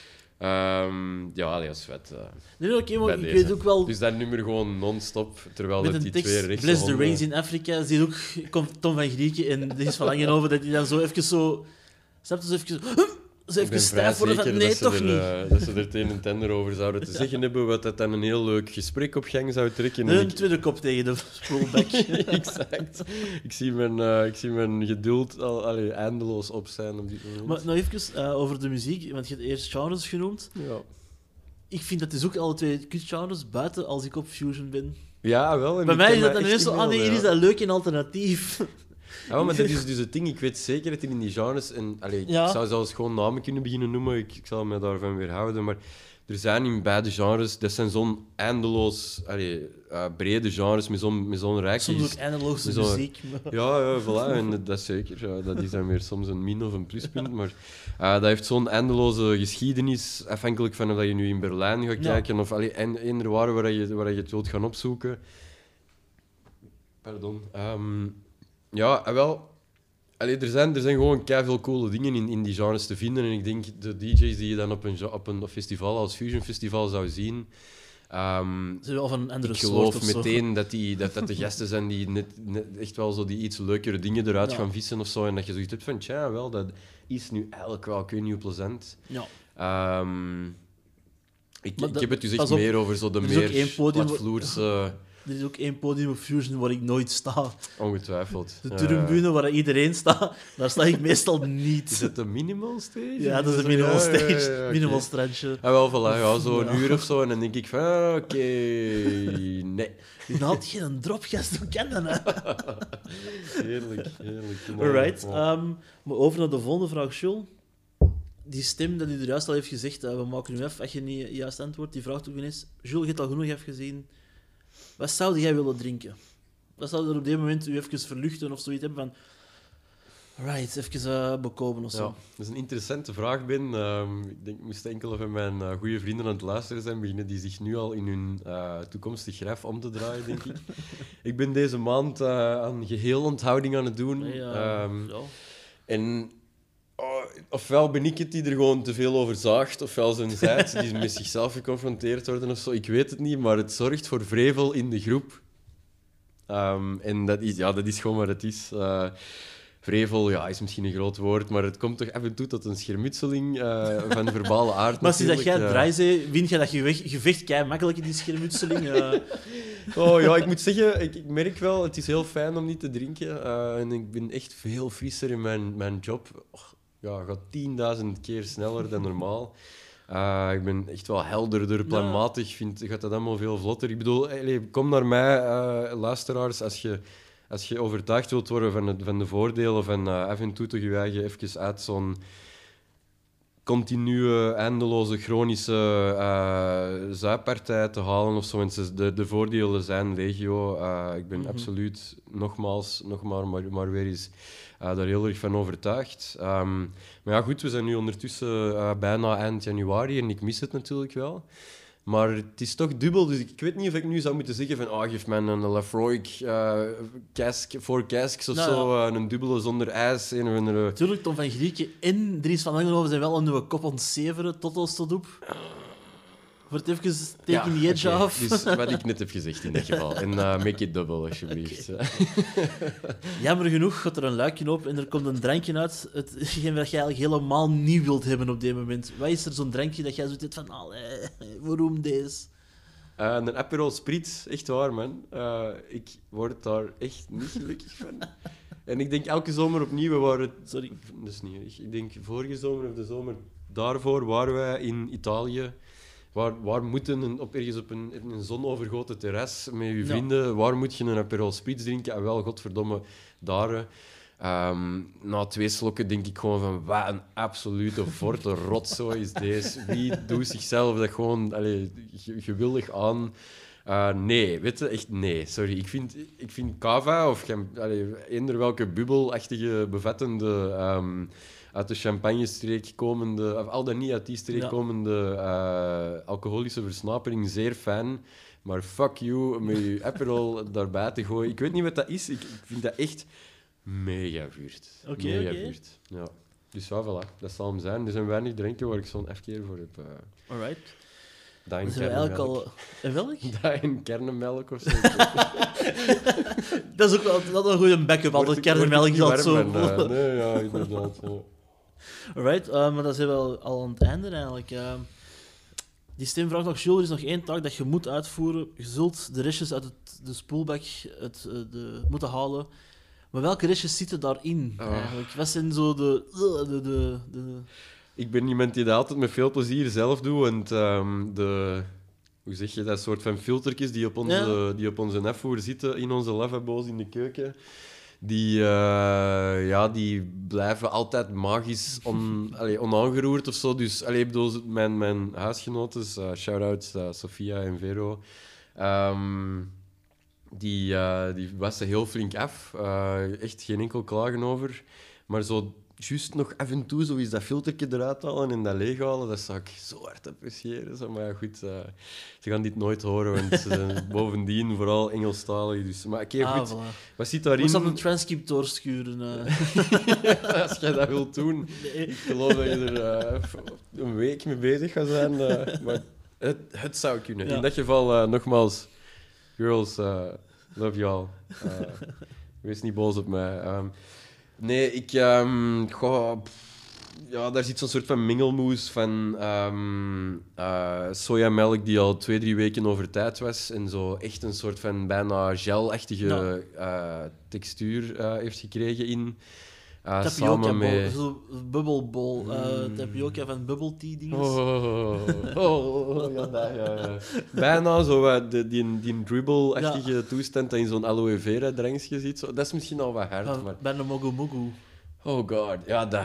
Speaker 2: Dat is vet.
Speaker 1: Nee, oké, maar ik weet ook wel...
Speaker 2: Dus dat nummer gewoon non-stop, terwijl
Speaker 1: met
Speaker 2: dat
Speaker 1: een
Speaker 2: die
Speaker 1: tekst,
Speaker 2: twee rechts...
Speaker 1: Bless the Rains in Afrika, zie je ook, komt Tom van Grieken en er is van lang over dat hij dan zo even zo... Snap je, zo even zo... Zo even stijf worden van, nee, toch niet.
Speaker 2: Dat ze er het een en het ander over zouden te zeggen hebben, wat dat dan een heel leuk gesprek op gang zou trekken.
Speaker 1: Een tweede kop tegen de spoelbak.
Speaker 2: Exact. Ik zie mijn geduld eindeloos op zijn op dit moment.
Speaker 1: Maar nog even over de muziek, want je hebt eerst genres genoemd.
Speaker 2: Ja.
Speaker 1: Ik vind dat dus ook alle twee kutgenres, buiten als ik op fusion ben.
Speaker 2: Ja, wel.
Speaker 1: Bij mij is dat dan ineens zo, hier is dat leuk en alternatief.
Speaker 2: Ja, maar dat is dus het ding. Ik weet zeker dat in die genres... Ik zou zelfs gewoon namen kunnen beginnen noemen. Ik zal me daarvan weerhouden. Maar er zijn in beide genres... Dat zijn zo'n eindeloos... brede genres met zo'n rijk...
Speaker 1: Soms ook eindeloze muziek.
Speaker 2: Ja, voilà. En dat is zeker. Ja, dat is dan weer soms een min of een pluspunt. Maar dat heeft zo'n eindeloze geschiedenis. Afhankelijk van of je nu in Berlijn gaat kijken. Of eender waar je het wilt gaan opzoeken. Pardon. Ja, wel. Er zijn gewoon keiveel coole dingen in die genres te vinden. En ik denk, de DJ's die je dan op een festival als Fusion Festival zou zien...
Speaker 1: ik
Speaker 2: geloof meteen dat de gasten zijn die net echt wel zo die iets leukere dingen eruit gaan vissen of zo. En dat je zoiets hebt van, tja, wel, dat is nu eigenlijk wel, ik weet niet hoe plezant.
Speaker 1: Ja.
Speaker 2: Ik heb het dus echt meer over zo de meer platvloerse...
Speaker 1: Er is ook één podium op Fusion waar ik nooit sta.
Speaker 2: Ongetwijfeld.
Speaker 1: De tribune waar iedereen staat, daar sta ik meestal niet.
Speaker 2: Is het de minimal stage?
Speaker 1: Ja, dat is de minimal stage. Minimal strandje.
Speaker 2: Wel, voilà, zo'n uur of zo. En dan denk ik van, oké, nee.
Speaker 1: Je had geen dropgast, hoe kan dat nou?
Speaker 2: Heerlijk.
Speaker 1: Alright. Maar over naar de volgende vraag, Jules. Die stem dat u er juist al heeft gezegd, we maken nu even, als je niet juist antwoordt, die vraagt ook ineens... Jules, je hebt al genoeg even gezien. Wat zou jij willen drinken? Wat zou er op dit moment u even verluchten of zoiets hebben van... Right, even bekomen of zo.
Speaker 2: Ja, dat is een interessante vraag, Ben. Ik denk, moesten enkele van mijn goede vrienden aan het luisteren zijn, beginnen die zich nu al in hun toekomstig graf om te draaien, denk ik. Ik ben deze maand aan geheel onthouding aan het doen.
Speaker 1: Ja.
Speaker 2: En ofwel ben ik het die er gewoon te veel over zaagt, ofwel zijn zij het die met zichzelf geconfronteerd worden of zo. Ik weet het niet, maar het zorgt voor vrevel in de groep. En dat is gewoon wat het is. Vrevel is misschien een groot woord, maar het komt toch af en toe tot een schermutseling van verbale aard.
Speaker 1: Maar sinds dat jij draai zei, vind jij dat gevecht kei makkelijk in die schermutseling?
Speaker 2: Ik moet zeggen, ik merk wel, het is heel fijn om niet te drinken. En ik ben echt veel frisser in mijn job. Gaat 10.000 keer sneller dan normaal. Ik ben echt wel helderder, planmatig, gaat dat allemaal veel vlotter. Ik bedoel, kom naar mij, luisteraars, als je overtuigd wilt worden van de voordelen van af en toe toch je eigen even uit zo'n continue, eindeloze, chronische zuippartij te halen of zo. Want de voordelen zijn legio. Ik ben absoluut, nog maar weer eens daar heel erg van overtuigd. Maar ja, goed, we zijn nu ondertussen bijna eind januari en ik mis het natuurlijk wel. Maar het is toch dubbel, dus ik weet niet of ik nu zou moeten zeggen van geef mij een Lafroig voor casks of zo, een dubbele zonder ijs, een of andere...
Speaker 1: Tuurlijk, Tom van Grieken en Dries van Langenhoven zijn wel een nieuwe kop ontzeveren, tot op. Voor het even teken die edge af.
Speaker 2: Dus wat ik net heb gezegd in dit geval. En make it double, alsjeblieft. Okay.
Speaker 1: Jammer genoeg gaat er een luikje op en er komt een drankje uit. Hetgeen wat je eigenlijk helemaal niet wilt hebben op dit moment. Wat is er zo'n drankje dat jij zo zit van... waarom deze?
Speaker 2: Een Aperol Spritz, echt waar, man. Ik word daar echt niet gelukkig van. En ik denk elke zomer opnieuw, Sorry. Dat is niet erg. Ik denk vorige zomer of de zomer daarvoor waren wij in Italië... Waar moet ergens op een zonovergoten terras met je vrienden, waar moet je een Aperol Spritz drinken? En wel, godverdomme, daar. Na 2 slokken denk ik gewoon van, wat een absolute forte rotzooi is deze. Wie doet zichzelf dat gewoon gewillig aan? Nee, weet je, echt nee. Sorry, ik vind cava of eender welke bubbelachtige, bevattende... uit de champagne-streek komende, of al dan niet uit die streek komende alcoholische versnapering, zeer fijn. Maar fuck you, met je Aperol daarbij te gooien. Ik weet niet wat dat is. Ik vind dat echt mega vuurt. Mega vuurt. Ja. Dus ja, voilà. Dat zal hem zijn. Er zijn weinig drinken waar ik zo'n F-keer voor heb.
Speaker 1: Alright.
Speaker 2: Dat
Speaker 1: zijn we eigenlijk al... En welk?
Speaker 2: Dat in kernenmelk of zo.
Speaker 1: Dat is ook wel een goede backup, altijd kernenmelk is altijd zo...
Speaker 2: Nee, ja, inderdaad. Ja.
Speaker 1: Alright, maar dat zijn we al aan het einde eigenlijk. Die Stem vraagt nog, Jules, er is nog 1 taak dat je moet uitvoeren. Je zult de restjes uit de spoelbak moeten halen. Maar welke restjes zitten daarin eigenlijk? Wat zijn zo de...
Speaker 2: Ik ben iemand die dat altijd met veel plezier zelf doet. En hoe zeg je dat, soort van filtertjes die op onze afvoer zitten in onze lavabo's in de keuken. Die blijven altijd magisch onaangeroerd of zo. Dus mijn huisgenotes, shout-out Sofia en Vero, die wassen heel flink af. Echt geen enkel klagen over. Maar zo juist nog af en toe zo is dat filtertje eruit halen en dat leeghalen, dat zou ik zo hard appreciëren. Zo. Maar ja, goed, ze gaan dit nooit horen, want ze zijn bovendien vooral Engelstalig. Dus. Maar oké, goed.
Speaker 1: Voilà.
Speaker 2: Wat zit daarin?
Speaker 1: Moest dat een transcript doorschuren?
Speaker 2: Als jij dat wilt doen. Nee. Ik geloof dat je er een week mee bezig gaat zijn. Maar het zou kunnen. Ja. In dat geval, nogmaals, girls, love y'all. Wees niet boos op mij. Nee, daar zit zo'n soort van mengelmoes van sojamelk die al 2-3 weken over tijd was en zo echt een soort van bijna gelachtige textuur heeft gekregen in.
Speaker 1: Tapioca met... bubbelbol, tapioca van bubble tea dingen.
Speaker 2: Ja. Bijna zo die dribble-achtige toestand dat in zo'n aloe vera drankje zit. Zo. Dat is misschien al wat hard. Maar...
Speaker 1: Bijna mogu mogu.
Speaker 2: Oh god, ja, dat.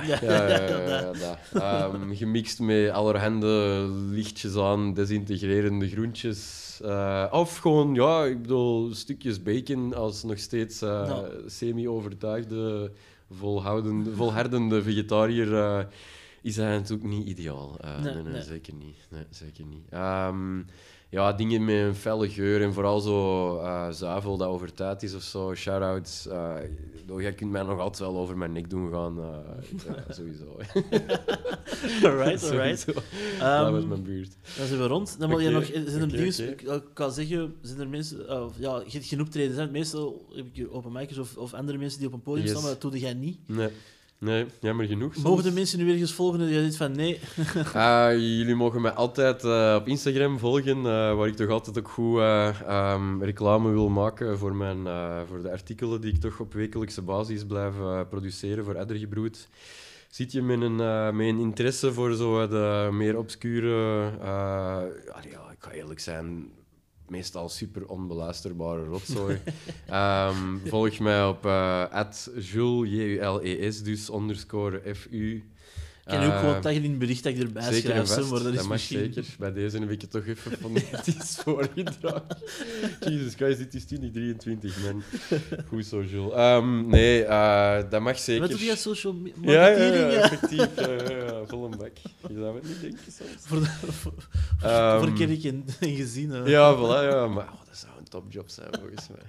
Speaker 2: Gemixt met allerhande lichtjes aan, desintegrerende groentjes. Of gewoon, ik bedoel, stukjes bacon als nog steeds semi-overtuigde volhardende vegetariër is dat natuurlijk niet ideaal.
Speaker 1: Nee.
Speaker 2: Zeker niet. Nee, zeker niet. Ja, dingen met een felle geur en vooral zo zuivel dat over tijd is of zo. Shout-outs. Jij kunt mij nog altijd wel over mijn nek doen gaan. Ja, sowieso.
Speaker 1: Alright.
Speaker 2: Dat was mijn buurt.
Speaker 1: Dan zijn we rond. Dan wil je nog... Zijn er dingen...
Speaker 2: Oké.
Speaker 1: Ik kan zeggen, zijn er mensen... ja, je hebt geen optreden. Zijn meestal heb ik open micers of andere mensen die op een podium staan, maar dat doe jij niet.
Speaker 2: Nee, jammer genoeg. Soms.
Speaker 1: Mogen de mensen nu ergens volgen en je zegt van nee?
Speaker 2: Jullie mogen mij altijd op Instagram volgen, waar ik toch altijd ook goed reclame wil maken voor de artikelen die ik toch op wekelijkse basis blijf produceren voor Addergebroed. Zit je met een interesse voor zo de meer obscure... ik ga eerlijk zijn... Meestal super onbeluisterbare rotzooi. Volg mij op @Jules, Jules, dus _FU.
Speaker 1: Ik kan ook gewoon tegen in het bericht dat ik erbij
Speaker 2: Zeker en
Speaker 1: schrijf,
Speaker 2: vast,
Speaker 1: maar dat is
Speaker 2: mag
Speaker 1: misschien...
Speaker 2: zeker. Bij deze heb ik het toch even fonetisch voorgedragen. Jesus Christ, dit is 2023, man. Goed zo, Jules. Nee, dat mag zeker.
Speaker 1: Wat doe je social marketing?
Speaker 2: Ja, effectief. Vol een bak. Je zou het niet denken soms.
Speaker 1: Voor kerk en gezien.
Speaker 2: Ja, voilà. Ja. Maar dat zou een topjob zijn, volgens mij.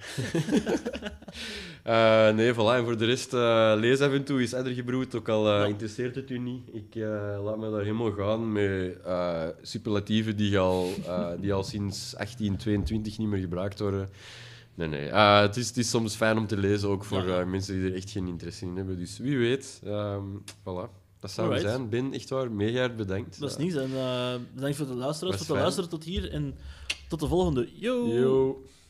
Speaker 2: Nee, voilà. En voor de rest, lees af en toe is Addergebroed, ook al interesseert het u niet. Ik laat me daar helemaal gaan met superlatieven die al sinds 1822 niet meer gebruikt worden. Nee. Het is soms fijn om te lezen, ook voor mensen die er echt geen interesse in hebben. Dus wie weet, voilà. Dat zou het zijn. Ben, echt waar, mega bedankt.
Speaker 1: Dat is niets. En bedankt voor de luisteraars,
Speaker 2: Was
Speaker 1: voor het luisteren tot hier. En tot de volgende. Yo!
Speaker 2: Yo.